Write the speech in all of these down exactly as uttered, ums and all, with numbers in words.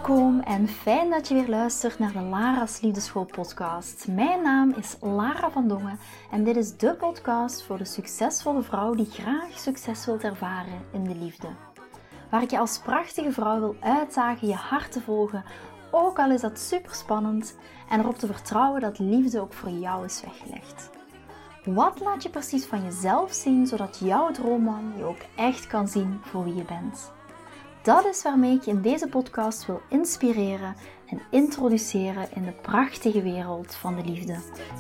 Welkom en fijn dat je weer luistert naar de Lara's Liefdeschool podcast. Mijn naam is Lara van Dongen en dit is de podcast voor de succesvolle vrouw die graag succes wilt ervaren in de liefde. Waar ik je als prachtige vrouw wil uitdagen je hart te volgen, ook al is dat super spannend, en erop te vertrouwen dat liefde ook voor jou is weggelegd. Wat laat je precies van jezelf zien, zodat jouw droomman je ook echt kan zien voor wie je bent? Dat is waarmee ik je in deze podcast wil inspireren en introduceren in de prachtige wereld van de liefde.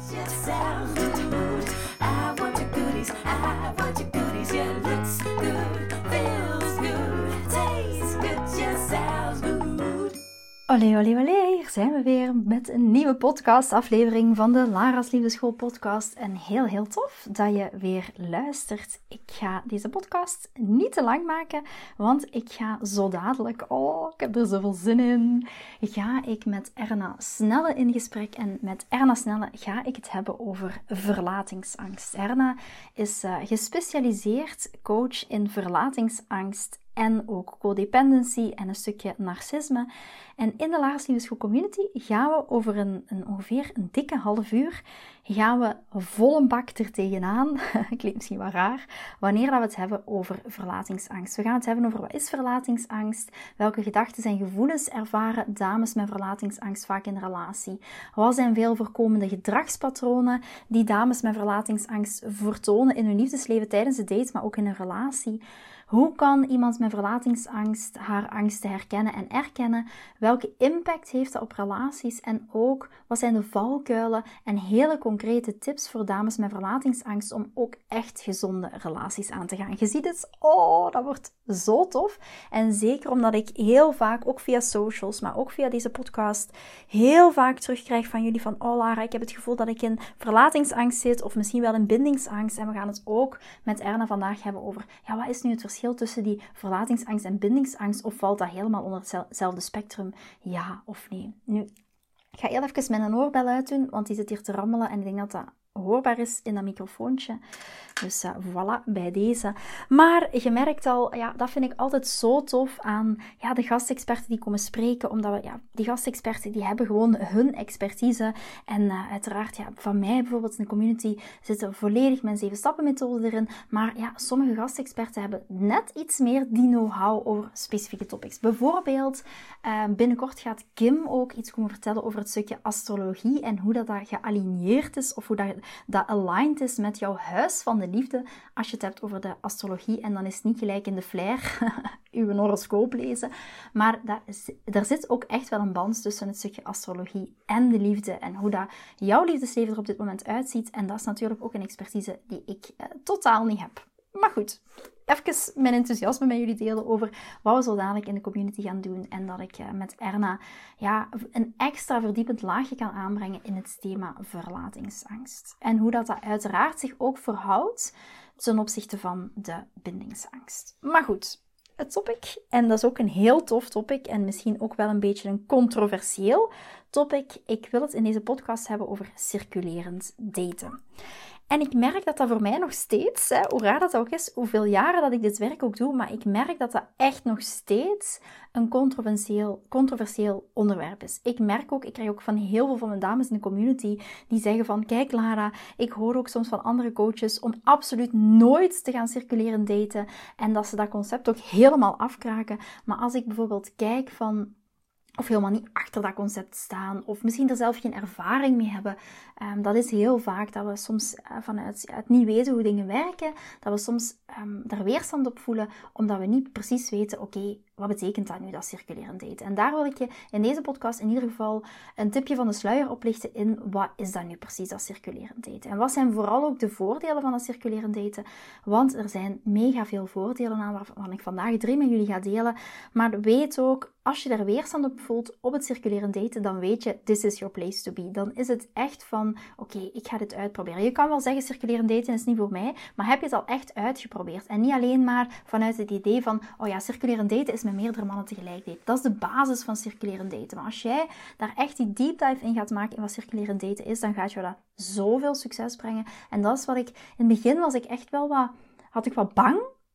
Olé, olé, olé, hier zijn we weer met een nieuwe podcastaflevering van de Lara's Liefdeschool podcast. En heel, heel tof dat je weer luistert. Ik ga deze podcast niet te lang maken, want ik ga zo dadelijk, oh, ik heb er zoveel zin in, ga ik met Erna Snelle in gesprek. En met Erna Snelle ga ik het hebben over verlatingsangst. Erna is uh, gespecialiseerd coach in verlatingsangst en ook codependency en een stukje narcisme. En in de Lara's Liefdeschool community gaan we over een, een ongeveer een dikke half uur gaan we volle bak er tegenaan. Klinkt misschien wel raar. Wanneer dat we het hebben over verlatingsangst. We gaan het hebben over wat is verlatingsangst? Welke gedachten en gevoelens ervaren dames met verlatingsangst vaak in de relatie? Wat zijn veel voorkomende gedragspatronen die dames met verlatingsangst vertonen in hun liefdesleven tijdens de date, maar ook in een relatie? Hoe kan iemand met verlatingsangst haar angsten herkennen en erkennen? Welke impact heeft dat op relaties? En ook, wat zijn de valkuilen en hele concrete tips voor dames met verlatingsangst om ook echt gezonde relaties aan te gaan? Je ziet het, oh, dat wordt zo tof. En zeker omdat ik heel vaak, ook via socials, maar ook via deze podcast, heel vaak terugkrijg van jullie van, oh Lara, ik heb het gevoel dat ik in verlatingsangst zit, of misschien wel in bindingsangst. En we gaan het ook met Erna vandaag hebben over, ja, wat is nu het verschil tussen die verlatingsangst en bindingsangst, of valt dat helemaal onder hetzelfde spectrum? Ja of nee? Nu, ik ga heel even mijn oorbel uitdoen, want die zit hier te rammelen en ik denk dat dat hoorbaar is in dat microfoontje. Dus uh, voilà, bij deze. Maar je merkt al, ja, dat vind ik altijd zo tof aan ja, de gastexperten die komen spreken, omdat we, ja, die gastexperten die hebben gewoon hun expertise. En uh, uiteraard, ja, van mij bijvoorbeeld in de community zit er volledig mijn zeven stappen methode erin. Maar ja, sommige gastexperten hebben net iets meer die know-how over specifieke topics. Bijvoorbeeld, uh, binnenkort gaat Kim ook iets komen vertellen over het stukje astrologie en hoe dat, dat gealigneerd is, of hoe dat dat aligned is met jouw huis van de liefde, als je het hebt over de astrologie. En dan is het niet gelijk in de flair, uw horoscoop lezen. Maar dat is, er zit ook echt wel een band tussen het stukje astrologie en de liefde. En hoe dat jouw liefdesleven er op dit moment uitziet. En dat is natuurlijk ook een expertise die ik eh, totaal niet heb. Maar goed, even mijn enthousiasme met jullie delen over wat we zo dadelijk in de community gaan doen. En dat ik uh, met Erna ja, een extra verdiepend laagje kan aanbrengen in het thema verlatingsangst. En hoe dat, dat uiteraard zich ook verhoudt ten opzichte van de bindingsangst. Maar goed, het topic, en dat is ook een heel tof topic en misschien ook wel een beetje een controversieel topic. Ik wil het in deze podcast hebben over circulerend daten. En ik merk dat dat voor mij nog steeds, hè, hoe raar dat ook is, hoeveel jaren dat ik dit werk ook doe, maar ik merk dat dat echt nog steeds een controversieel, controversieel onderwerp is. Ik merk ook, ik krijg ook van heel veel van mijn dames in de community die zeggen van, kijk Lara, ik hoor ook soms van andere coaches om absoluut nooit te gaan circuleren daten en dat ze dat concept ook helemaal afkraken. Maar als ik bijvoorbeeld kijk van, of helemaal niet achter dat concept staan, of misschien er zelf geen ervaring mee hebben. Um, dat is heel vaak dat we soms uh, vanuit het niet weten hoe dingen werken, dat we soms um, daar weerstand op voelen, omdat we niet precies weten, oké, okay, wat betekent dat nu, dat circulerend daten? En daar wil ik je in deze podcast in ieder geval een tipje van de sluier oplichten in, wat is dat nu precies, dat circulerend daten? En wat zijn vooral ook de voordelen van dat circulerend daten? Want er zijn mega veel voordelen aan, waarvan ik vandaag drie met jullie ga delen. Maar weet ook, als je daar weerstand op voelt op het circulerend daten, dan weet je, this is your place to be. Dan is het echt van, oké, okay, ik ga dit uitproberen. Je kan wel zeggen, circulerend daten is niet voor mij, maar heb je het al echt uitgeprobeerd? En niet alleen maar vanuit het idee van, oh ja, circulerend daten is met meerdere mannen tegelijk daten. Dat is de basis van circulerend daten. Maar als jij daar echt die deep dive in gaat maken in wat circulerend daten is, dan gaat je dat zoveel succes brengen. En dat is wat ik, in het begin was ik echt wel wat, had ik wat bang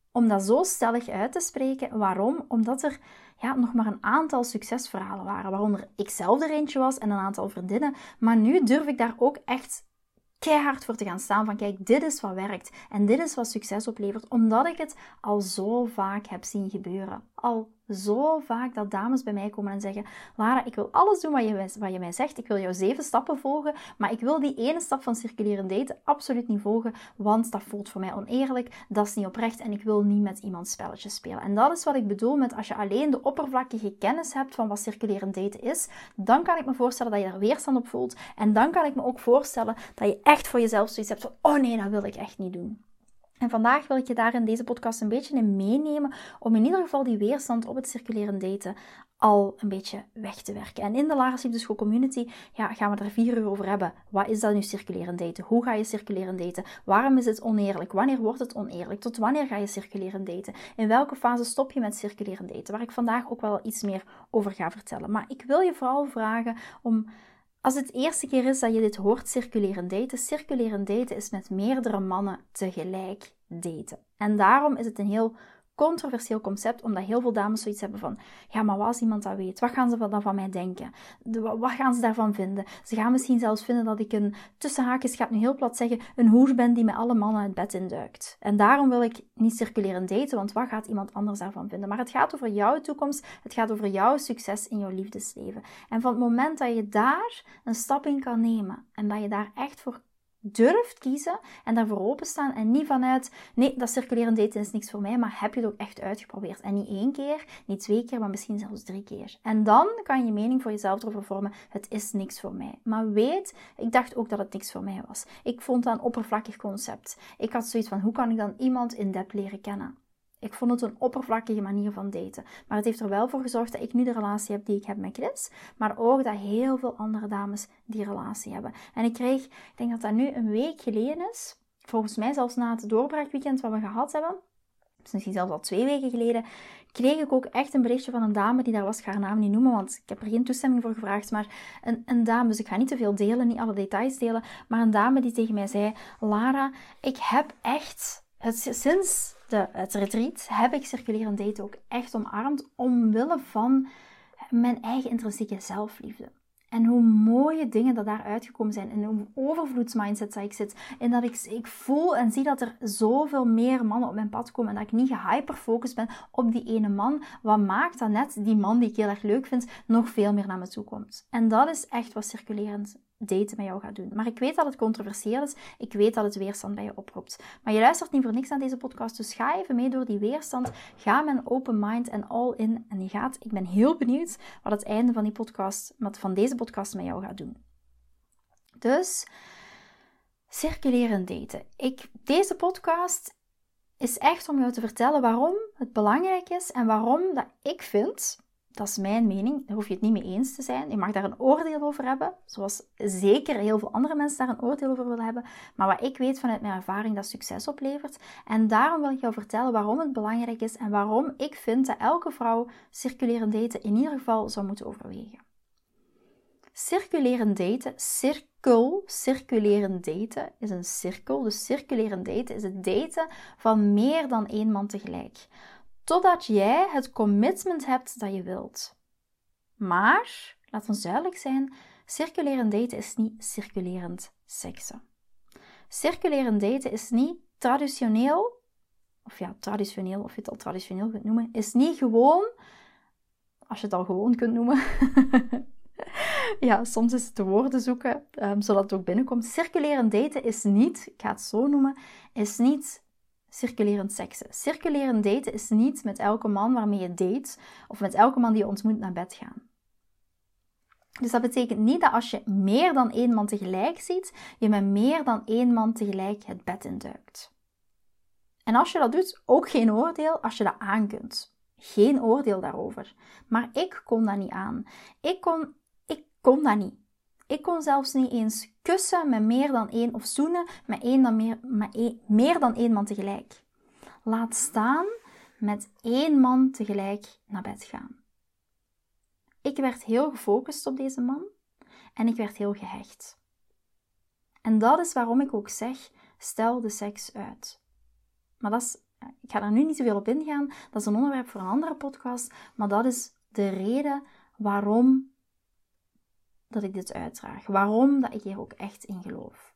om dat zo stellig uit te spreken. Waarom? Omdat er ja, nog maar een aantal succesverhalen waren, waaronder ik zelf er eentje was en een aantal vriendinnen. Maar nu durf ik daar ook echt keihard voor te gaan staan van kijk, dit is wat werkt en dit is wat succes oplevert, omdat ik het al zo vaak heb zien gebeuren. Al zo vaak dat dames bij mij komen en zeggen, Lara, ik wil alles doen wat je, wat je mij zegt, ik wil jouw zeven stappen volgen, maar ik wil die ene stap van circuleren daten absoluut niet volgen, want dat voelt voor mij oneerlijk, dat is niet oprecht en ik wil niet met iemand spelletjes spelen. En dat is wat ik bedoel met als je alleen de oppervlakkige kennis hebt van wat circuleren daten is, dan kan ik me voorstellen dat je er weerstand op voelt en dan kan ik me ook voorstellen dat je echt voor jezelf zoiets hebt van, oh nee, dat wil ik echt niet doen. En vandaag wil ik je daar in deze podcast een beetje in meenemen om in ieder geval die weerstand op het circuleren daten al een beetje weg te werken. En in de Lara's Liefdeschool Community ja, gaan we er vier uur over hebben. Wat is dat nu circuleren daten? Hoe ga je circuleren daten? Waarom is het oneerlijk? Wanneer wordt het oneerlijk? Tot wanneer ga je circuleren daten? In welke fase stop je met circuleren daten? Waar ik vandaag ook wel iets meer over ga vertellen. Maar ik wil je vooral vragen om... Als het de eerste keer is dat je dit hoort, circuleren daten. Circuleren daten is met meerdere mannen tegelijk daten. En daarom is het een heel controversieel concept, omdat heel veel dames zoiets hebben van, ja, maar wat als iemand dat weet? Wat gaan ze dan van mij denken? De, wat gaan ze daarvan vinden? Ze gaan misschien zelfs vinden dat ik een, tussen haakjes, ga het nu heel plat zeggen, een hoer ben die met alle mannen het bed induikt. En daarom wil ik niet circuleren daten, want wat gaat iemand anders daarvan vinden? Maar het gaat over jouw toekomst, het gaat over jouw succes in jouw liefdesleven. En van het moment dat je daar een stap in kan nemen, en dat je daar echt voor durft kiezen en daarvoor openstaan en niet vanuit, nee, dat circuleren daten is niks voor mij, maar heb je het ook echt uitgeprobeerd. En niet één keer, niet twee keer, maar misschien zelfs drie keer. En dan kan je mening voor jezelf erover vormen, het is niks voor mij. Maar weet, ik dacht ook dat het niks voor mij was. Ik vond dat een oppervlakkig concept. Ik had zoiets van, hoe kan ik dan iemand in depth leren kennen? Ik vond het een oppervlakkige manier van daten. Maar het heeft er wel voor gezorgd dat ik nu de relatie heb die ik heb met Chris. Maar ook dat heel veel andere dames die relatie hebben. En ik kreeg, ik denk dat dat nu een week geleden is. Volgens mij zelfs na het doorbraakweekend wat we gehad hebben. Misschien zelfs al twee weken geleden. Kreeg ik ook echt een berichtje van een dame die daar was. Ik ga haar naam niet noemen, want ik heb er geen toestemming voor gevraagd. Maar een, een dame, dus ik ga niet te veel delen, niet alle details delen. Maar een dame die tegen mij zei, Lara, ik heb echt, het, sinds... De, het retreat heb ik circuleren daten ook echt omarmd omwille van mijn eigen intrinsieke zelfliefde. En hoe mooie dingen dat daar uitgekomen zijn. En hoe overvloedsmindset dat ik zit. En dat ik, ik voel en zie dat er zoveel meer mannen op mijn pad komen. En dat ik niet gehyperfocust ben op die ene man. Wat maakt dat net die man die ik heel erg leuk vind, nog veel meer naar me toe komt. En dat is echt wat circulerend daten met jou gaat doen. Maar ik weet dat het controversieel is. Ik weet dat het weerstand bij je oproept. Maar je luistert niet voor niks naar deze podcast. Dus ga even mee door die weerstand. Ga met een open mind en all in. En je gaat, ik ben heel benieuwd wat het einde van die podcast, van deze podcast met jou gaat doen. Dus, circuleren daten. Ik, deze podcast is echt om jou te vertellen waarom het belangrijk is en waarom dat ik vind... Dat is mijn mening, daar hoef je het niet mee eens te zijn. Je mag daar een oordeel over hebben, zoals zeker heel veel andere mensen daar een oordeel over willen hebben. Maar wat ik weet vanuit mijn ervaring, dat succes oplevert. En daarom wil ik jou vertellen waarom het belangrijk is en waarom ik vind dat elke vrouw circuleren daten in ieder geval zou moeten overwegen. Circuleren daten, cirkel, circuleren daten is een cirkel. Dus circuleren daten is het daten van meer dan één man tegelijk. Totdat jij het commitment hebt dat je wilt. Maar, laat ons duidelijk zijn, circulerend daten is niet circulerend seksen. Circulerend daten is niet traditioneel, of ja, traditioneel, of je het al traditioneel kunt noemen, is niet gewoon, als je het al gewoon kunt noemen. Ja, soms is het de woorden zoeken, um, zodat het ook binnenkomt. Circulerend daten is niet, ik ga het zo noemen, is niet... circulerend seksen. Circulerend daten is niet met elke man waarmee je date of met elke man die je ontmoet naar bed gaan. Dus dat betekent niet dat als je meer dan één man tegelijk ziet, je met meer dan één man tegelijk het bed induikt. En als je dat doet, ook geen oordeel als je dat aan kunt. Geen oordeel daarover. Maar ik kon dat niet aan. Ik kon, ik kon dat niet. Ik kon zelfs niet eens kussen met meer dan één of zoenen met, één dan meer, met één, meer dan één man tegelijk. Laat staan met één man tegelijk naar bed gaan. Ik werd heel gefocust op deze man en ik werd heel gehecht. En dat is waarom ik ook zeg, stel de seks uit. Maar dat is, ik ga daar nu niet zoveel op ingaan. Dat is een onderwerp voor een andere podcast. Maar dat is de reden waarom dat ik dit uitdraag. Waarom dat ik hier ook echt in geloof.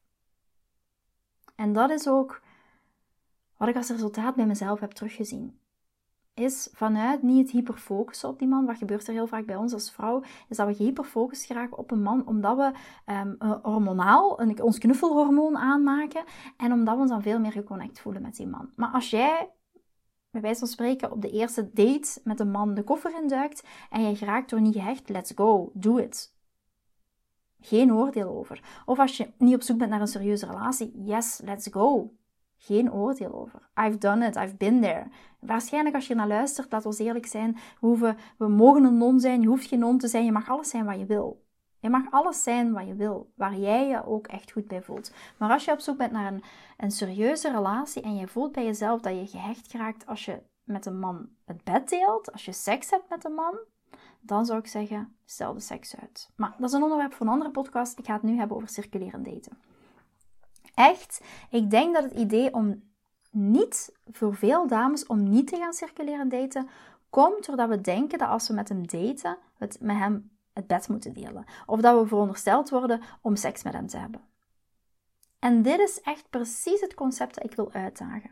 En dat is ook wat ik als resultaat bij mezelf heb teruggezien. Is vanuit niet het hyperfocussen op die man. Wat gebeurt er heel vaak bij ons als vrouw? Is dat we gehyperfocust geraken op een man. Omdat we um, hormonaal een, ons knuffelhormoon aanmaken. En omdat we ons dan veel meer geconnect voelen met die man. Maar als jij, bij wijze van spreken, op de eerste date met een man de koffer induikt. En jij geraakt door niet gehecht. Let's go. Do it. Geen oordeel over. Of als je niet op zoek bent naar een serieuze relatie. Yes, let's go. Geen oordeel over. I've done it, I've been there. Waarschijnlijk als je naar luistert, laten we eerlijk zijn, we, hoeven, we mogen een non zijn, je hoeft geen non te zijn, je mag alles zijn wat je wil. Je mag alles zijn wat je wil, waar jij je ook echt goed bij voelt. Maar als je op zoek bent naar een, een serieuze relatie en je voelt bij jezelf dat je gehecht raakt als je met een man het bed deelt, als je seks hebt met een man, dan zou ik zeggen, stel de seks uit. Maar dat is een onderwerp voor een andere podcast. Ik ga het nu hebben over circulerend daten. Echt, ik denk dat het idee om niet, voor veel dames, om niet te gaan circuleren daten, komt doordat we denken dat als we met hem daten, we het met hem het bed moeten delen. Of dat we verondersteld worden om seks met hem te hebben. En dit is echt precies het concept dat ik wil uitdagen.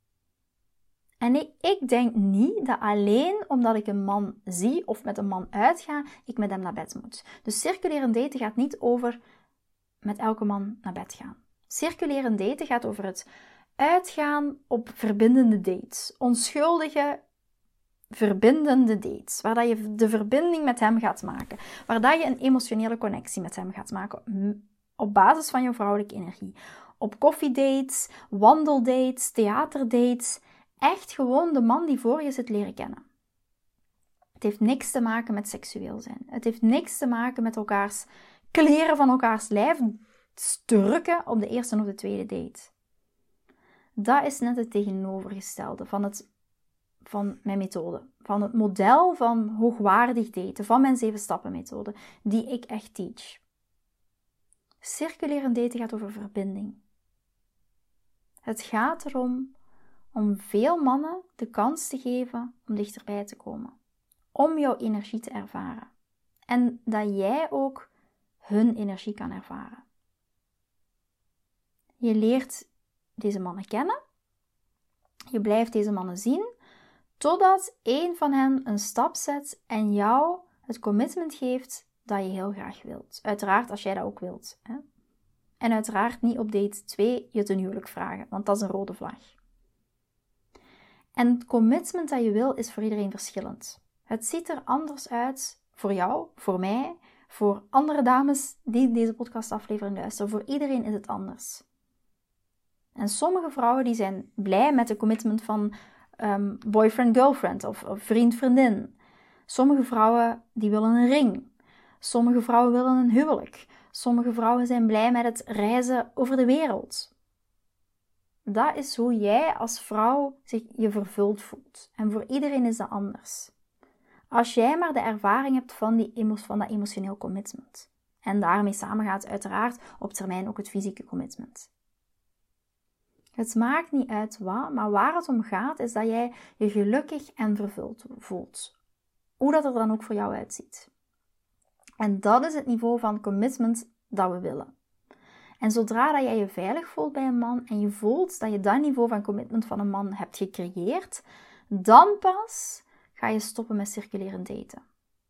En ik, ik denk niet dat alleen omdat ik een man zie of met een man uitga, ik met hem naar bed moet. Dus circuleren daten gaat niet over met elke man naar bed gaan. Circuleren daten gaat over het uitgaan op verbindende dates. Onschuldige, verbindende dates. Waar dat je de verbinding met hem gaat maken. Waar dat je een emotionele connectie met hem gaat maken. Op basis van je vrouwelijke energie. Op koffiedates, wandeldates, theaterdates. Echt gewoon de man die voor je zit leren kennen. Het heeft niks te maken met seksueel zijn. Het heeft niks te maken met elkaars kleren van elkaars lijf sturken op de eerste of de tweede date. Dat is net het tegenovergestelde van, het, van mijn methode. Van het model van hoogwaardig daten, van mijn zeven stappen methode, die ik echt teach. Circulerend daten gaat over verbinding. Het gaat erom om veel mannen de kans te geven om dichterbij te komen. Om jouw energie te ervaren. En dat jij ook hun energie kan ervaren. Je leert deze mannen kennen. Je blijft deze mannen zien. Totdat één van hen een stap zet en jou het commitment geeft dat je heel graag wilt. Uiteraard als jij dat ook wilt. Hè? En uiteraard niet op date twee je ten huwelijk vragen. Want dat is een rode vlag. En het commitment dat je wil is voor iedereen verschillend. Het ziet er anders uit voor jou, voor mij, voor andere dames die deze podcastaflevering luisteren. Voor iedereen is het anders. En sommige vrouwen die zijn blij met de commitment van um, boyfriend-girlfriend of, of vriend-vriendin. Sommige vrouwen die willen een ring. Sommige vrouwen willen een huwelijk. Sommige vrouwen zijn blij met het reizen over de wereld. Dat is hoe jij als vrouw zich je vervuld voelt. En voor iedereen is dat anders. Als jij maar de ervaring hebt van, die emo- van dat emotioneel commitment. En daarmee samengaat uiteraard op termijn ook het fysieke commitment. Het maakt niet uit wat, maar waar het om gaat is dat jij je gelukkig en vervuld voelt. Hoe dat er dan ook voor jou uitziet. En dat is het niveau van commitment dat we willen. En zodra dat jij je veilig voelt bij een man en je voelt dat je dat niveau van commitment van een man hebt gecreëerd, dan pas ga je stoppen met circulerend daten.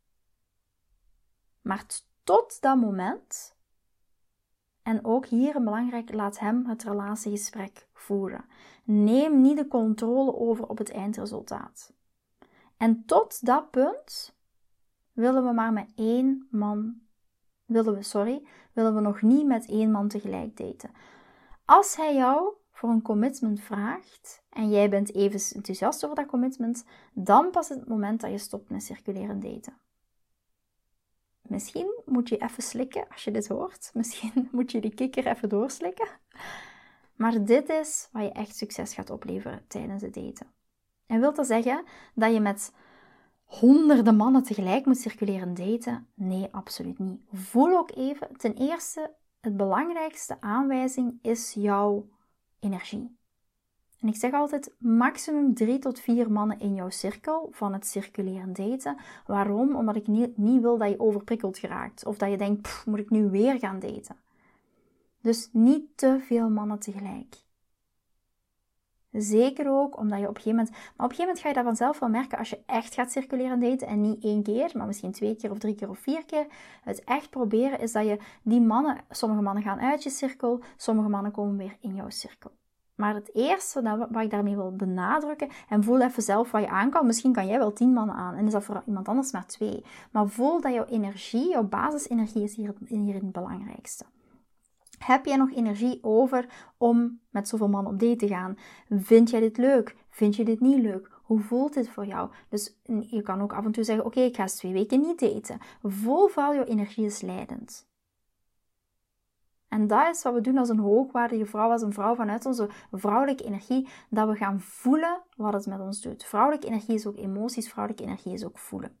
Maar tot dat moment, en ook hier een belangrijk, laat hem het relatiegesprek voeren. Neem niet de controle over op het eindresultaat. En tot dat punt willen we maar met één man, willen we, sorry, willen we nog niet met één man tegelijk daten. Als hij jou voor een commitment vraagt en jij bent even enthousiast over dat commitment, dan pas het moment dat je stopt met circulerend daten. Misschien moet je even slikken als je dit hoort. Misschien moet je die kikker even doorslikken. Maar dit is wat je echt succes gaat opleveren tijdens het daten. En wil dat zeggen dat je met honderden mannen tegelijk moet circuleren daten? Nee, absoluut niet. Voel ook even, ten eerste, het belangrijkste aanwijzing is jouw energie. En ik zeg altijd maximum drie tot vier mannen in jouw cirkel van het circuleren daten. Waarom? Omdat ik niet, niet wil dat je overprikkeld geraakt. Of dat je denkt, pff, moet ik nu weer gaan daten? Dus niet te veel mannen tegelijk. Zeker ook omdat je op een gegeven moment... Maar op een gegeven moment ga je dat vanzelf wel merken als je echt gaat circuleren daten. En niet één keer, maar misschien twee keer of drie keer of vier keer. Het echt proberen is dat je die mannen... Sommige mannen gaan uit je cirkel. Sommige mannen komen weer in jouw cirkel. Maar het eerste wat ik daarmee wil benadrukken... En voel even zelf wat je aan kan. Misschien kan jij wel tien mannen aan. En is dat voor iemand anders maar twee. Maar voel dat jouw energie, jouw basisenergie is hier, hier het belangrijkste. Heb jij nog energie over om met zoveel mannen op date te gaan? Vind jij dit leuk? Vind je dit niet leuk? Hoe voelt dit voor jou? Dus je kan ook af en toe zeggen, oké, okay, ik ga eens twee weken niet daten. Voel vooral, jouw energie is leidend. En dat is wat we doen als een hoogwaardige vrouw, als een vrouw vanuit onze vrouwelijke energie, dat we gaan voelen wat het met ons doet. Vrouwelijke energie is ook emoties, vrouwelijke energie is ook voelen.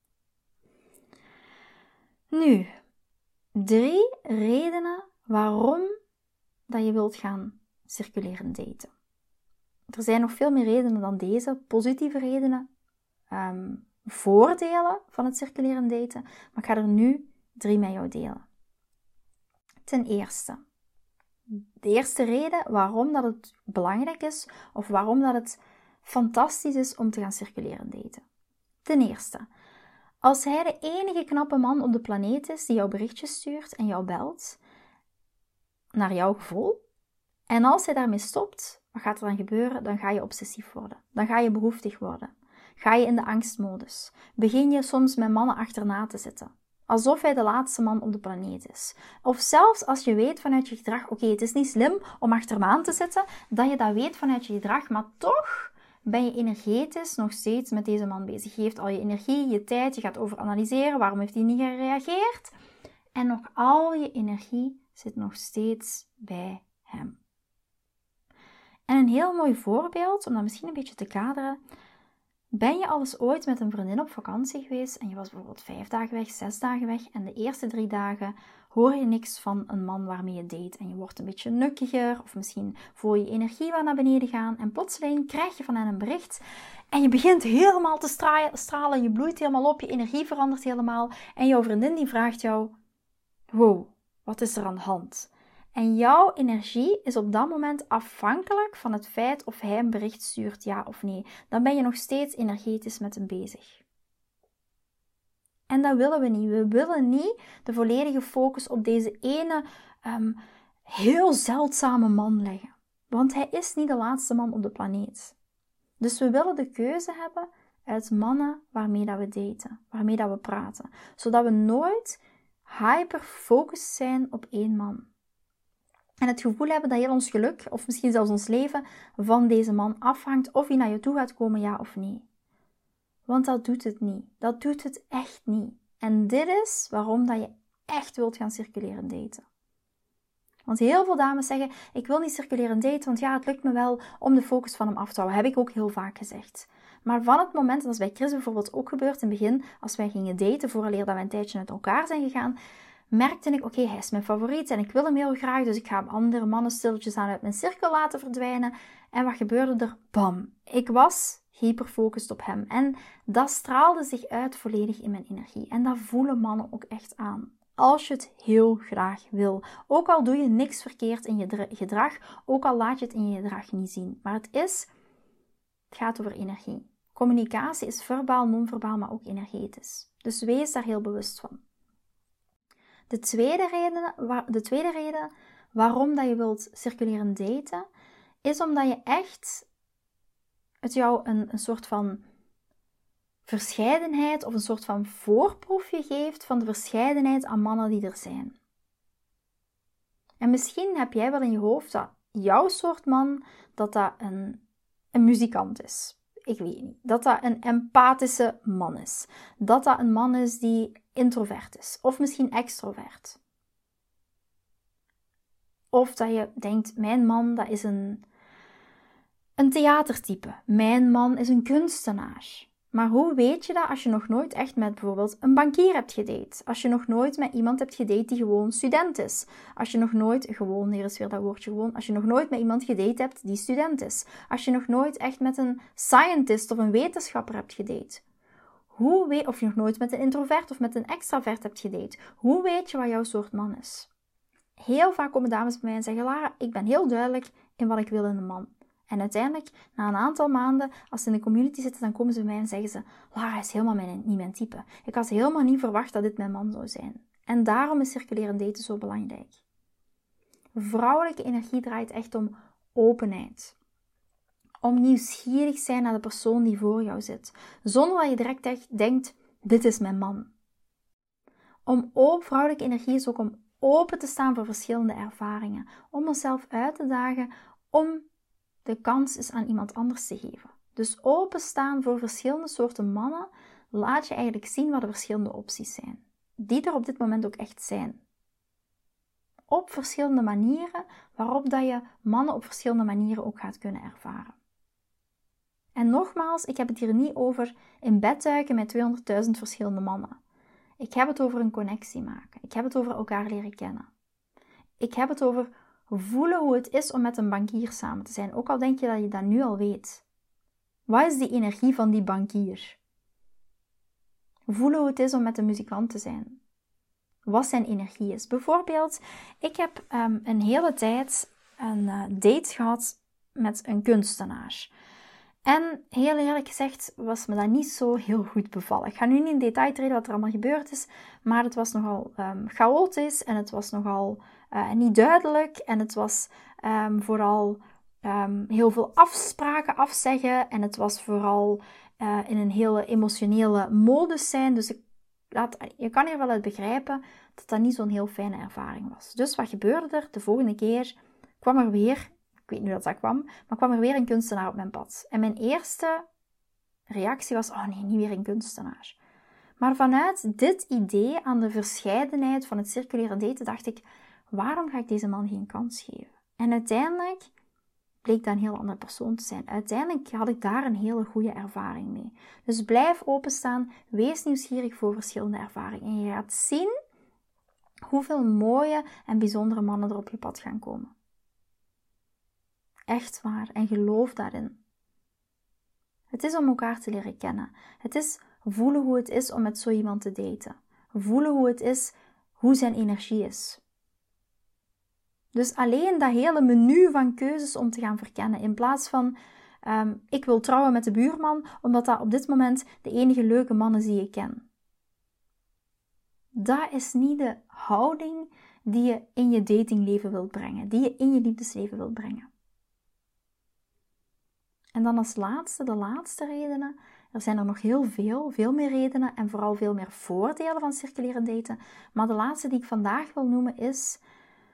Nu, drie redenen waarom dat je wilt gaan circuleren daten. Er zijn nog veel meer redenen dan deze, positieve redenen, um, voordelen van het circuleren daten, maar ik ga er nu drie met jou delen. Ten eerste, de eerste reden waarom dat het belangrijk is, of waarom dat het fantastisch is om te gaan circuleren daten. Ten eerste, als hij de enige knappe man op de planeet is die jouw berichtjes stuurt en jou belt, naar jouw gevoel. En als hij daarmee stopt, wat gaat er dan gebeuren? Dan ga je obsessief worden. Dan ga je behoeftig worden. Ga je in de angstmodus. Begin je soms met mannen achterna te zitten. Alsof hij de laatste man op de planeet is. Of zelfs als je weet vanuit je gedrag, oké, okay, het is niet slim om achter me aan te zitten, dat je dat weet vanuit je gedrag, maar toch ben je energetisch nog steeds met deze man bezig. Je geeft al je energie, je tijd, je gaat over analyseren, waarom heeft hij niet gereageerd? En nog al je energie zit nog steeds bij hem. En een heel mooi voorbeeld, om dat misschien een beetje te kaderen. Ben je al eens ooit met een vriendin op vakantie geweest en je was bijvoorbeeld vijf dagen weg, zes dagen weg en de eerste drie dagen hoor je niks van een man waarmee je date en je wordt een beetje nukkiger of misschien voel je energie wat naar beneden gaan en plotseling krijg je van hen een bericht en je begint helemaal te stralen, stralen, je bloeit helemaal op, je energie verandert helemaal en jouw vriendin die vraagt jou, wow, wat is er aan de hand? En jouw energie is op dat moment afhankelijk van het feit of hij een bericht stuurt, ja of nee. Dan ben je nog steeds energetisch met hem bezig. En dat willen we niet. We willen niet de volledige focus op deze ene um, heel zeldzame man leggen. Want hij is niet de laatste man op de planeet. Dus we willen de keuze hebben uit mannen waarmee dat we daten, waarmee dat we praten. Zodat we nooit hyperfocust zijn op één man. En het gevoel hebben dat heel ons geluk, of misschien zelfs ons leven, van deze man afhangt of hij naar je toe gaat komen, ja of nee. Want dat doet het niet. Dat doet het echt niet. En dit is waarom dat je echt wilt gaan circuleren daten. Want heel veel dames zeggen, ik wil niet circuleren daten, want ja, het lukt me wel om de focus van hem af te houden. Heb ik ook heel vaak gezegd. Maar van het moment, en dat is bij Chris bijvoorbeeld ook gebeurd in het begin, als wij gingen daten, vooraleer dat we een tijdje uit elkaar zijn gegaan, merkte ik, oké, okay, hij is mijn favoriet en ik wil hem heel graag, dus ik ga andere mannen stilletjes aan uit mijn cirkel laten verdwijnen. En wat gebeurde er? Bam! Ik was hyperfocust op hem. En dat straalde zich uit volledig in mijn energie. En dat voelen mannen ook echt aan. Als je het heel graag wil. Ook al doe je niks verkeerd in je gedrag, ook al laat je het in je gedrag niet zien. Maar het is, het gaat over energie. Communicatie is verbaal, non-verbaal, maar ook energetisch. Dus wees daar heel bewust van. De tweede reden, de tweede reden waarom dat je wilt circuleren daten, is omdat je echt het jou een, een soort van verscheidenheid of een soort van voorproefje geeft van de verscheidenheid aan mannen die er zijn. En misschien heb jij wel in je hoofd dat jouw soort man, dat dat een, een muzikant is. Ik weet niet. Dat dat een empathische man is. Dat dat een man is die introvert is. Of misschien extrovert. Of dat je denkt, mijn man dat is een, een theatertype. Mijn man is een kunstenaar. Maar hoe weet je dat als je nog nooit echt met bijvoorbeeld een bankier hebt gedate? Als je nog nooit met iemand hebt gedate die gewoon student is? Als je nog nooit, gewoon, hier is weer dat woordje gewoon, als je nog nooit met iemand gedate hebt die student is? Als je nog nooit echt met een scientist of een wetenschapper hebt gedate? Hoe weet, of je nog nooit met een introvert of met een extravert hebt gedate? Hoe weet je wat jouw soort man is? Heel vaak komen dames bij mij en zeggen, Lara, ik ben heel duidelijk in wat ik wil in een man. En uiteindelijk, na een aantal maanden, als ze in de community zitten, dan komen ze bij mij en zeggen ze, Lara is helemaal mijn, niet mijn type. Ik had helemaal niet verwacht dat dit mijn man zou zijn. En daarom is circulerend daten zo belangrijk. Vrouwelijke energie draait echt om openheid. Om nieuwsgierig zijn naar de persoon die voor jou zit. Zonder dat je direct echt denkt, dit is mijn man. Om open, vrouwelijke energie is ook om open te staan voor verschillende ervaringen. Om onszelf uit te dagen, om de kans is aan iemand anders te geven. Dus openstaan voor verschillende soorten mannen laat je eigenlijk zien wat de verschillende opties zijn. Die er op dit moment ook echt zijn. Op verschillende manieren, waarop dat je mannen op verschillende manieren ook gaat kunnen ervaren. En nogmaals, ik heb het hier niet over in bed duiken met tweehonderdduizend verschillende mannen. Ik heb het over een connectie maken. Ik heb het over elkaar leren kennen. Ik heb het over voelen hoe het is om met een bankier samen te zijn. Ook al denk je dat je dat nu al weet. Wat is die energie van die bankier? Voelen hoe het is om met een muzikant te zijn. Wat zijn energie is. Bijvoorbeeld, ik heb um, een hele tijd een uh, date gehad met een kunstenaar. En heel eerlijk gezegd was me dat niet zo heel goed bevallen. Ik ga nu niet in detail treden wat er allemaal gebeurd is, maar het was nogal um, chaotisch en het was nogal uh, niet duidelijk. En het was um, vooral um, heel veel afspraken afzeggen en het was vooral uh, in een hele emotionele modus zijn. Dus ik laat, je kan hier wel uit begrijpen dat dat niet zo'n heel fijne ervaring was. Dus wat gebeurde er? De volgende keer kwam er weer... Ik weet niet dat dat kwam, maar kwam er weer een kunstenaar op mijn pad. En mijn eerste reactie was, oh nee, niet weer een kunstenaar. Maar vanuit dit idee aan de verscheidenheid van het circuleren daten, dacht ik, waarom ga ik deze man geen kans geven? En uiteindelijk bleek dat een heel andere persoon te zijn. Uiteindelijk had ik daar een hele goede ervaring mee. Dus blijf openstaan, wees nieuwsgierig voor verschillende ervaringen. En je gaat zien hoeveel mooie en bijzondere mannen er op je pad gaan komen. Echt waar. En geloof daarin. Het is om elkaar te leren kennen. Het is voelen hoe het is om met zo iemand te daten. Voelen hoe het is, hoe zijn energie is. Dus alleen dat hele menu van keuzes om te gaan verkennen. In plaats van, um, ik wil trouwen met de buurman, omdat dat op dit moment de enige leuke man is die ik ken. Dat is niet de houding die je in je datingleven wilt brengen. Die je in je liefdesleven wilt brengen. En dan als laatste, de laatste redenen. Er zijn er nog heel veel, veel meer redenen en vooral veel meer voordelen van circuleren daten. Maar de laatste die ik vandaag wil noemen is...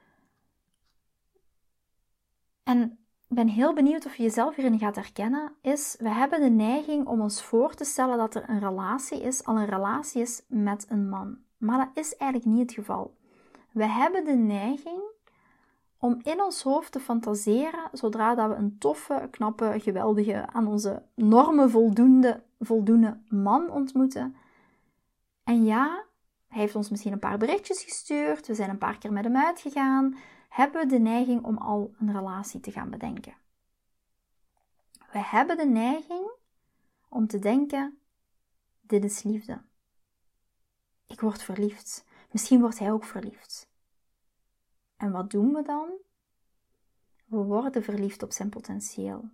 En ik ben heel benieuwd of je jezelf hierin gaat herkennen, is we hebben de neiging om ons voor te stellen dat er een relatie is, al een relatie is met een man. Maar dat is eigenlijk niet het geval. We hebben de neiging om in ons hoofd te fantaseren, zodra dat we een toffe, knappe, geweldige, aan onze normen voldoende, voldoende man ontmoeten. En ja, hij heeft ons misschien een paar berichtjes gestuurd, we zijn een paar keer met hem uitgegaan, hebben we de neiging om al een relatie te gaan bedenken. We hebben de neiging om te denken, dit is liefde. Ik word verliefd. Misschien wordt hij ook verliefd. En wat doen we dan? We worden verliefd op zijn potentieel.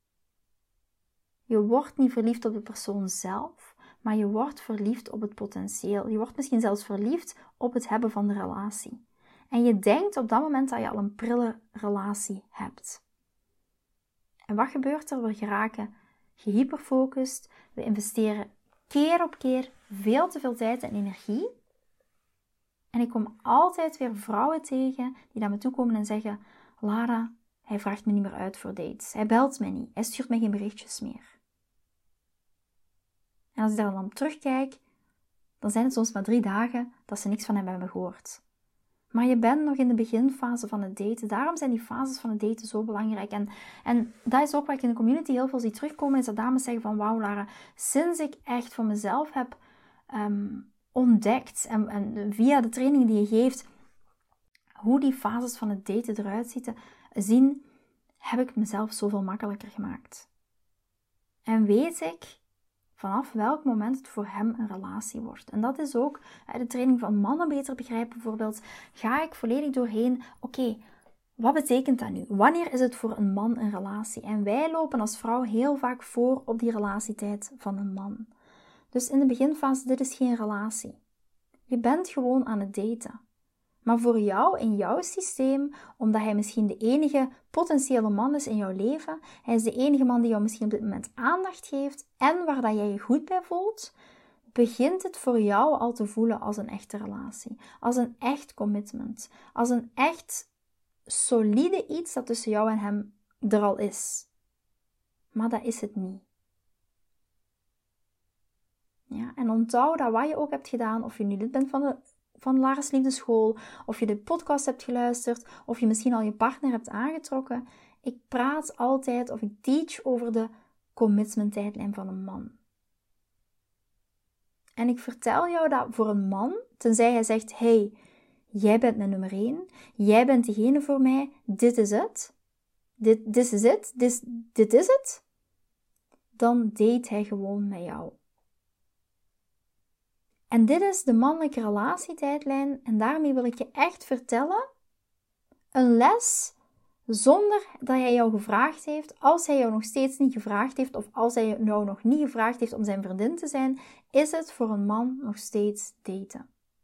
Je wordt niet verliefd op de persoon zelf, maar je wordt verliefd op het potentieel. Je wordt misschien zelfs verliefd op het hebben van de relatie. En je denkt op dat moment dat je al een prille relatie hebt. En wat gebeurt er? We geraken gehyperfocust. We investeren keer op keer veel te veel tijd en energie. En ik kom altijd weer vrouwen tegen die naar me toe komen en zeggen, Lara, hij vraagt me niet meer uit voor dates. Hij belt me niet. Hij stuurt me geen berichtjes meer. En als ik daar dan op terugkijk, dan zijn het soms maar drie dagen dat ze niks van hem hebben gehoord. Maar je bent nog in de beginfase van het daten. Daarom zijn die fases van het daten zo belangrijk. En, en dat is ook wat ik in de community heel veel zie terugkomen. Is dat dames zeggen van, wauw Lara, sinds ik echt voor mezelf heb um, ontdekt. En, en via de training die je geeft. Hoe die fases van het daten eruit zitten, zien. Heb ik mezelf zoveel makkelijker gemaakt. En weet ik vanaf welk moment het voor hem een relatie wordt. En dat is ook de training van mannen beter begrijpen. Bijvoorbeeld, ga ik volledig doorheen. Oké, okay, wat betekent dat nu? Wanneer is het voor een man een relatie? En wij lopen als vrouw heel vaak voor op die relatietijd van een man. Dus in de beginfase, dit is geen relatie. Je bent gewoon aan het daten. Maar voor jou, in jouw systeem, omdat hij misschien de enige potentiële man is in jouw leven, hij is de enige man die jou misschien op dit moment aandacht geeft en waar dat jij je goed bij voelt, begint het voor jou al te voelen als een echte relatie. Als een echt commitment. Als een echt solide iets dat tussen jou en hem er al is. Maar dat is het niet. Ja, en onthoud dat wat je ook hebt gedaan, of je nu lid bent van de van Lara's Liefdeschool, of je de podcast hebt geluisterd, of je misschien al je partner hebt aangetrokken. Ik praat altijd, of ik teach over de commitment tijdlijn van een man. En ik vertel jou dat voor een man, tenzij hij zegt, hey, jij bent mijn nummer één, jij bent degene voor mij, dit is het, dit, this is it, this, dit is het, dan date hij gewoon met jou. En dit is de mannelijke relatietijdlijn en daarmee wil ik je echt vertellen, een les zonder dat hij jou gevraagd heeft, als hij jou nog steeds niet gevraagd heeft of als hij jou nog niet gevraagd heeft om zijn vriendin te zijn, is het voor een man nog steeds daten.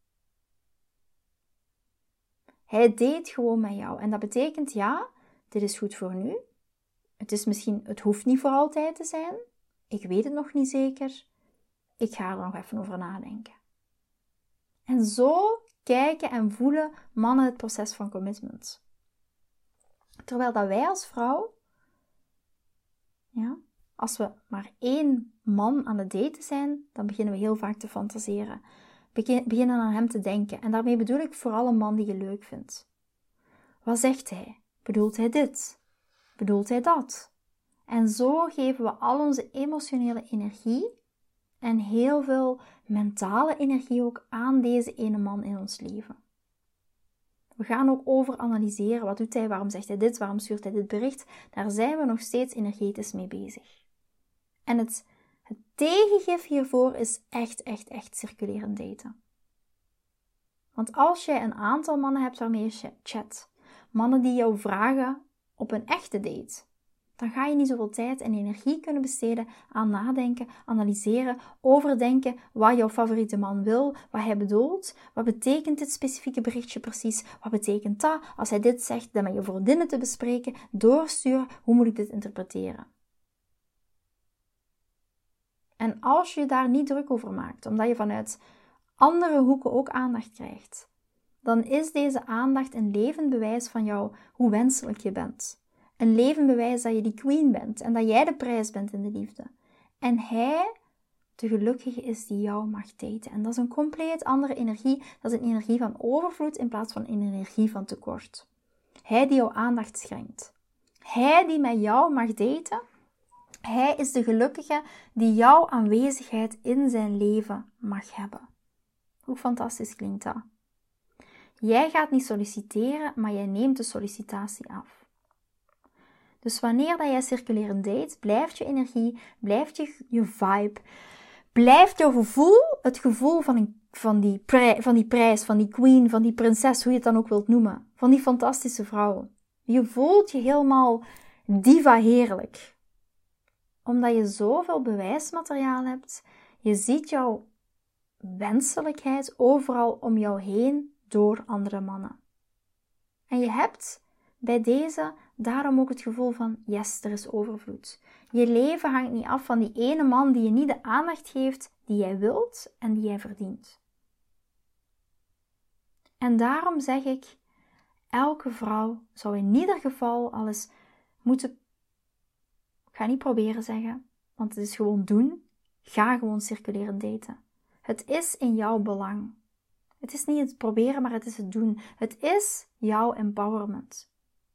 Hij date gewoon met jou en dat betekent ja, dit is goed voor nu. Het is misschien, het hoeft niet voor altijd te zijn. Ik weet het nog niet zeker. Ik ga er nog even over nadenken. En zo kijken en voelen mannen het proces van commitment. Terwijl dat wij als vrouw, ja, als we maar één man aan het daten zijn, dan beginnen we heel vaak te fantaseren. Beginnen aan hem te denken. En daarmee bedoel ik vooral een man die je leuk vindt. Wat zegt hij? Bedoelt hij dit? Bedoelt hij dat? En zo geven we al onze emotionele energie en heel veel mentale energie ook aan deze ene man in ons leven. We gaan ook overanalyseren. Wat doet hij? Waarom zegt hij dit? Waarom stuurt hij dit bericht? Daar zijn we nog steeds energetisch mee bezig. En het, het tegengif hiervoor is echt, echt, echt circulerend daten. Want als jij een aantal mannen hebt waarmee je chat, mannen die jou vragen op een echte date, dan ga je niet zoveel tijd en energie kunnen besteden aan nadenken, analyseren, overdenken wat jouw favoriete man wil, wat hij bedoelt, wat betekent dit specifieke berichtje precies, wat betekent dat, als hij dit zegt, dan met je vriendinnen te bespreken, doorsturen, hoe moet ik dit interpreteren? En als je daar niet druk over maakt, omdat je vanuit andere hoeken ook aandacht krijgt, dan is deze aandacht een levend bewijs van jou hoe wenselijk je bent. Een levend bewijs dat je die queen bent en dat jij de prijs bent in de liefde. En hij, de gelukkige, is die jou mag daten. En dat is een compleet andere energie. Dat is een energie van overvloed in plaats van een energie van tekort. Hij die jouw aandacht schenkt. Hij die met jou mag daten. Hij is de gelukkige die jouw aanwezigheid in zijn leven mag hebben. Hoe fantastisch klinkt dat? Jij gaat niet solliciteren, maar jij neemt de sollicitatie af. Dus wanneer dat jij circulerend date, blijft je energie, blijft je, je vibe, blijft jouw gevoel, het gevoel van, een, van, die prij, van die prijs, van die queen, van die prinses, hoe je het dan ook wilt noemen, van die fantastische vrouw. Je voelt je helemaal diva heerlijk. Omdat je zoveel bewijsmateriaal hebt, je ziet jouw wenselijkheid overal om jou heen door andere mannen. En je hebt bij deze daarom ook het gevoel van, yes, er is overvloed. Je leven hangt niet af van die ene man die je niet de aandacht geeft die jij wilt en die jij verdient. En daarom zeg ik, elke vrouw zou in ieder geval alles moeten, ik ga niet proberen zeggen, want het is gewoon doen, ga gewoon circulerend daten. Het is in jouw belang. Het is niet het proberen, maar het is het doen. Het is jouw empowerment.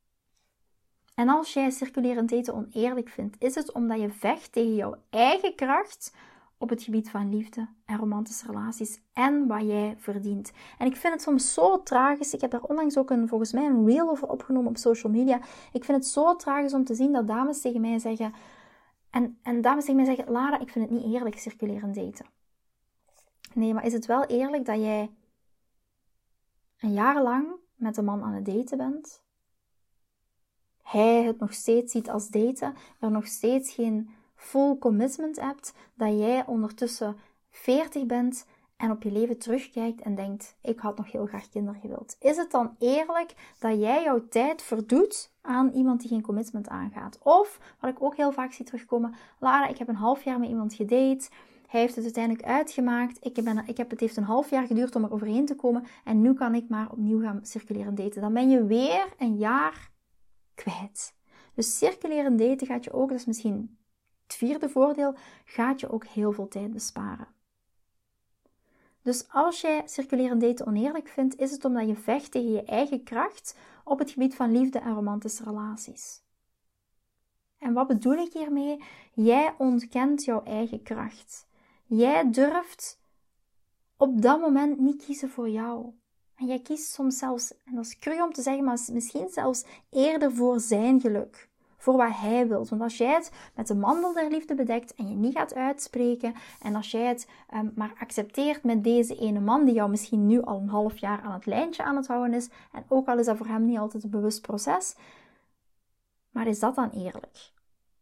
En als jij circulerend daten oneerlijk vindt, is het omdat je vecht tegen jouw eigen kracht op het gebied van liefde en romantische relaties en wat jij verdient. En ik vind het soms zo tragisch. Ik heb daar onlangs ook een, volgens mij een reel over opgenomen op social media. Ik vind het zo tragisch om te zien dat dames tegen mij zeggen, en, en dames tegen mij zeggen, Lara, ik vind het niet eerlijk circulerend daten. Nee, maar is het wel eerlijk dat jij een jaar lang met een man aan het daten bent? Hij het nog steeds ziet als daten, er nog steeds geen full commitment hebt, dat jij ondertussen veertig bent en op je leven terugkijkt en denkt, ik had nog heel graag kinderen gewild. Is het dan eerlijk dat jij jouw tijd verdoet aan iemand die geen commitment aangaat? Of, wat ik ook heel vaak zie terugkomen, Lara, ik heb een half jaar met iemand gedate, hij heeft het uiteindelijk uitgemaakt, ik ben, ik heb, het heeft een half jaar geduurd om er overheen te komen en nu kan ik maar opnieuw gaan circuleren daten. Dan ben je weer een jaar kwijt. Dus circuleren daten gaat je ook, dat is misschien het vierde voordeel, gaat je ook heel veel tijd besparen. Dus als jij circulerend daten oneerlijk vindt, is het omdat je vecht tegen je eigen kracht op het gebied van liefde en romantische relaties. En wat bedoel ik hiermee? Jij ontkent jouw eigen kracht. Jij durft op dat moment niet kiezen voor jou. En jij kiest soms zelfs, en dat is cru om te zeggen, maar misschien zelfs eerder voor zijn geluk. Voor wat hij wil. Want als jij het met de mantel der liefde bedekt en je niet gaat uitspreken, en als jij het um, maar accepteert met deze ene man die jou misschien nu al een half jaar aan het lijntje aan het houden is, en ook al is dat voor hem niet altijd een bewust proces, maar is dat dan eerlijk?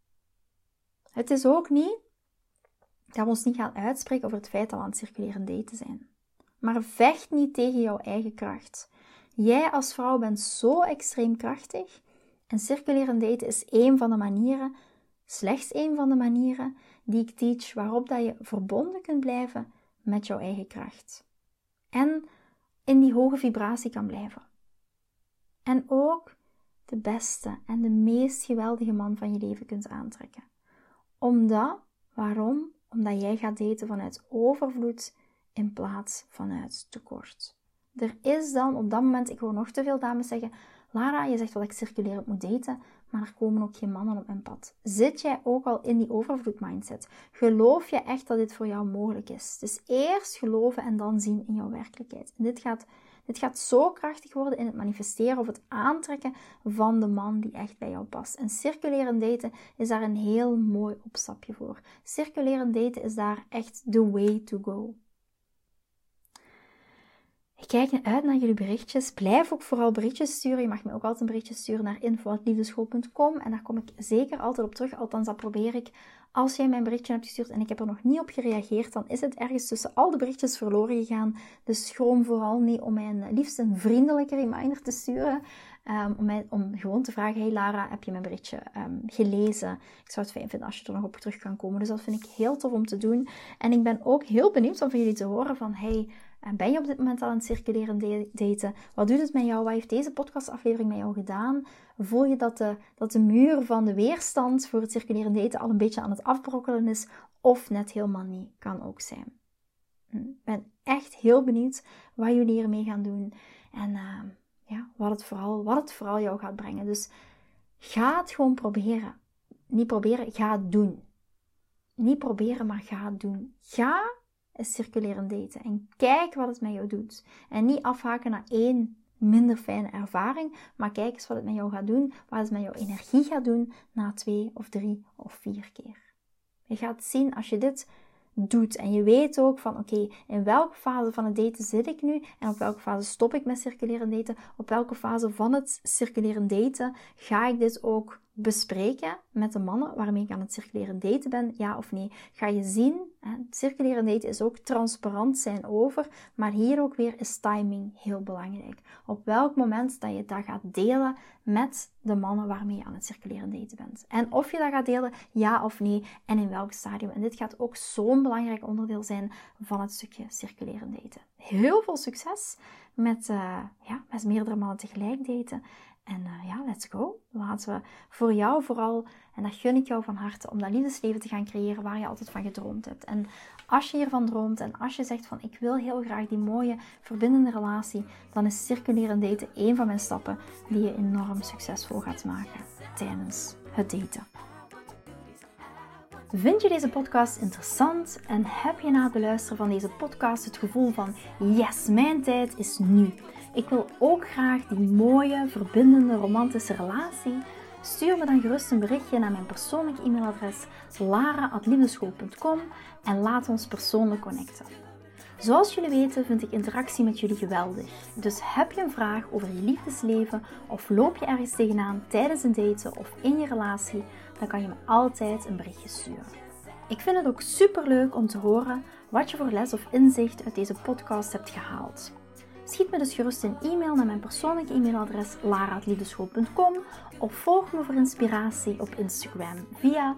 Het is ook niet dat we ons niet gaan uitspreken over het feit dat we aan het circuleren daten zijn. Maar vecht niet tegen jouw eigen kracht. Jij als vrouw bent zo extreem krachtig. En circuleren daten is één van de manieren, slechts één van de manieren, die ik teach, waarop dat je verbonden kunt blijven met jouw eigen kracht. En in die hoge vibratie kan blijven. En ook de beste en de meest geweldige man van je leven kunt aantrekken. Omdat, waarom? Omdat jij gaat daten vanuit overvloed in plaats vanuit tekort. Er is dan op dat moment, ik hoor nog te veel dames zeggen, Lara, je zegt dat ik circulerend moet daten, maar er komen ook geen mannen op mijn pad. Zit jij ook al in die overvloed mindset? Geloof je echt dat dit voor jou mogelijk is? Dus eerst geloven en dan zien in jouw werkelijkheid. En dit gaat, dit gaat zo krachtig worden in het manifesteren of het aantrekken van de man die echt bij jou past. En circulerend daten is daar een heel mooi opstapje voor. Circulerend daten is daar echt the way to go. Ik kijk uit naar jullie berichtjes. Blijf ook vooral berichtjes sturen. Je mag me ook altijd een berichtje sturen naar info at liefdeschool punt com. En daar kom ik zeker altijd op terug. Althans, dat probeer ik. Als jij mijn berichtje hebt gestuurd en ik heb er nog niet op gereageerd, dan is het ergens tussen al de berichtjes verloren gegaan. Dus schroom vooral niet om mij een, liefst een vriendelijke reminder te sturen. Um, om, mij, om gewoon te vragen, hey Lara, heb je mijn berichtje um, gelezen? Ik zou het fijn vinden als je er nog op terug kan komen. Dus dat vind ik heel tof om te doen. En ik ben ook heel benieuwd om van jullie te horen van, hey, ben je op dit moment al aan het circuleren daten? Wat doet het met jou? Wat heeft deze podcastaflevering met jou gedaan? Voel je dat de, dat de muur van de weerstand voor het circuleren daten al een beetje aan het afbrokkelen is? Of net helemaal niet? Kan ook zijn. Ik ben echt heel benieuwd wat jullie hiermee gaan doen. En uh, ja, wat, het vooral, wat het vooral jou gaat brengen. Dus ga het gewoon proberen. Niet proberen, ga het doen. Niet proberen, maar ga het doen. Ga is circulerend daten. En kijk wat het met jou doet. En niet afhaken naar één minder fijne ervaring, maar kijk eens wat het met jou gaat doen, wat het met jouw energie gaat doen na twee of drie of vier keer. Je gaat zien als je dit doet en je weet ook van oké, okay, in welke fase van het daten zit ik nu en op welke fase stop ik met circulerend daten, op welke fase van het circulerend daten ga ik dit ook bespreken met de mannen waarmee ik aan het circuleren daten ben, ja of nee. Ga je zien, hè, circuleren daten is ook transparant zijn over, maar hier ook weer is timing heel belangrijk. Op welk moment dat je dat gaat delen met de mannen waarmee je aan het circuleren daten bent. En of je dat gaat delen, ja of nee, en in welk stadium. En dit gaat ook zo'n belangrijk onderdeel zijn van het stukje circuleren daten. Heel veel succes met, uh, ja, met meerdere mannen tegelijk daten. En uh, ja, let's go. Laten we voor jou vooral, en dat gun ik jou van harte, om dat liefdesleven te gaan creëren waar je altijd van gedroomd hebt. En als je hiervan droomt en als je zegt van ik wil heel graag die mooie verbindende relatie, dan is circuleren daten één van mijn stappen die je enorm succesvol gaat maken tijdens het daten. Vind je deze podcast interessant en heb je na het beluisteren van deze podcast het gevoel van yes, mijn tijd is nu. Ik wil ook graag die mooie, verbindende, romantische relatie. Stuur me dan gerust een berichtje naar mijn persoonlijke e-mailadres lara at liefdeschool punt com en laat ons persoonlijk connecten. Zoals jullie weten vind ik interactie met jullie geweldig. Dus heb je een vraag over je liefdesleven of loop je ergens tegenaan tijdens een daten of in je relatie, dan kan je me altijd een berichtje sturen. Ik vind het ook super leuk om te horen wat je voor les of inzicht uit deze podcast hebt gehaald. Schiet me dus gerust een e-mail naar mijn persoonlijke e-mailadres lara at liefdeschool punt com of volg me voor inspiratie op Instagram via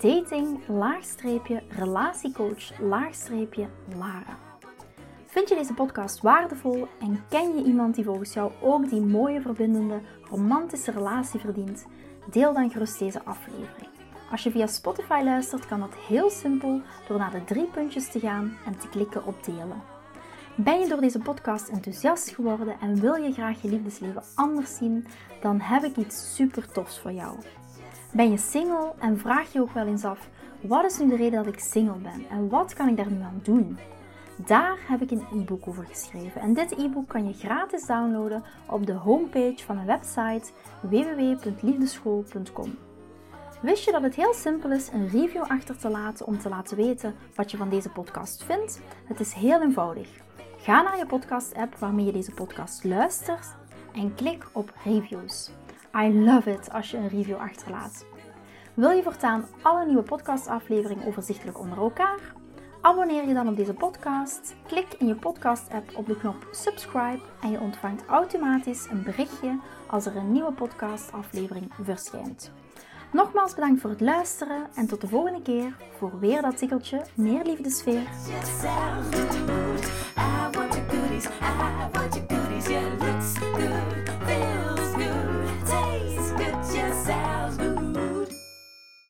dating-relatiecoach-lara. Vind je deze podcast waardevol en ken je iemand die volgens jou ook die mooie, verbindende, romantische relatie verdient? Deel dan gerust deze aflevering. Als je via Spotify luistert, kan dat heel simpel door naar de drie puntjes te gaan en te klikken op delen. Ben je door deze podcast enthousiast geworden en wil je graag je liefdesleven anders zien, dan heb ik iets super tofs voor jou. Ben je single en vraag je ook wel eens af, wat is nu de reden dat ik single ben en wat kan ik daar nu aan doen? Daar heb ik een e-book over geschreven en dit e-book kan je gratis downloaden op de homepage van mijn website w w w punt liefdeschool punt com. Wist je dat het heel simpel is een review achter te laten om te laten weten wat je van deze podcast vindt? Het is heel eenvoudig. Ga naar je podcast-app waarmee je deze podcast luistert en klik op reviews. I love it als je een review achterlaat. Wil je voortaan alle nieuwe podcastafleveringen overzichtelijk onder elkaar? Abonneer je dan op deze podcast, klik in je podcast-app op de knop subscribe en je ontvangt automatisch een berichtje als er een nieuwe podcastaflevering verschijnt. Nogmaals bedankt voor het luisteren en tot de volgende keer voor weer dat tikkeltje meer liefdesfeer. I want your goodies, I want your goodies, yeah, looks good.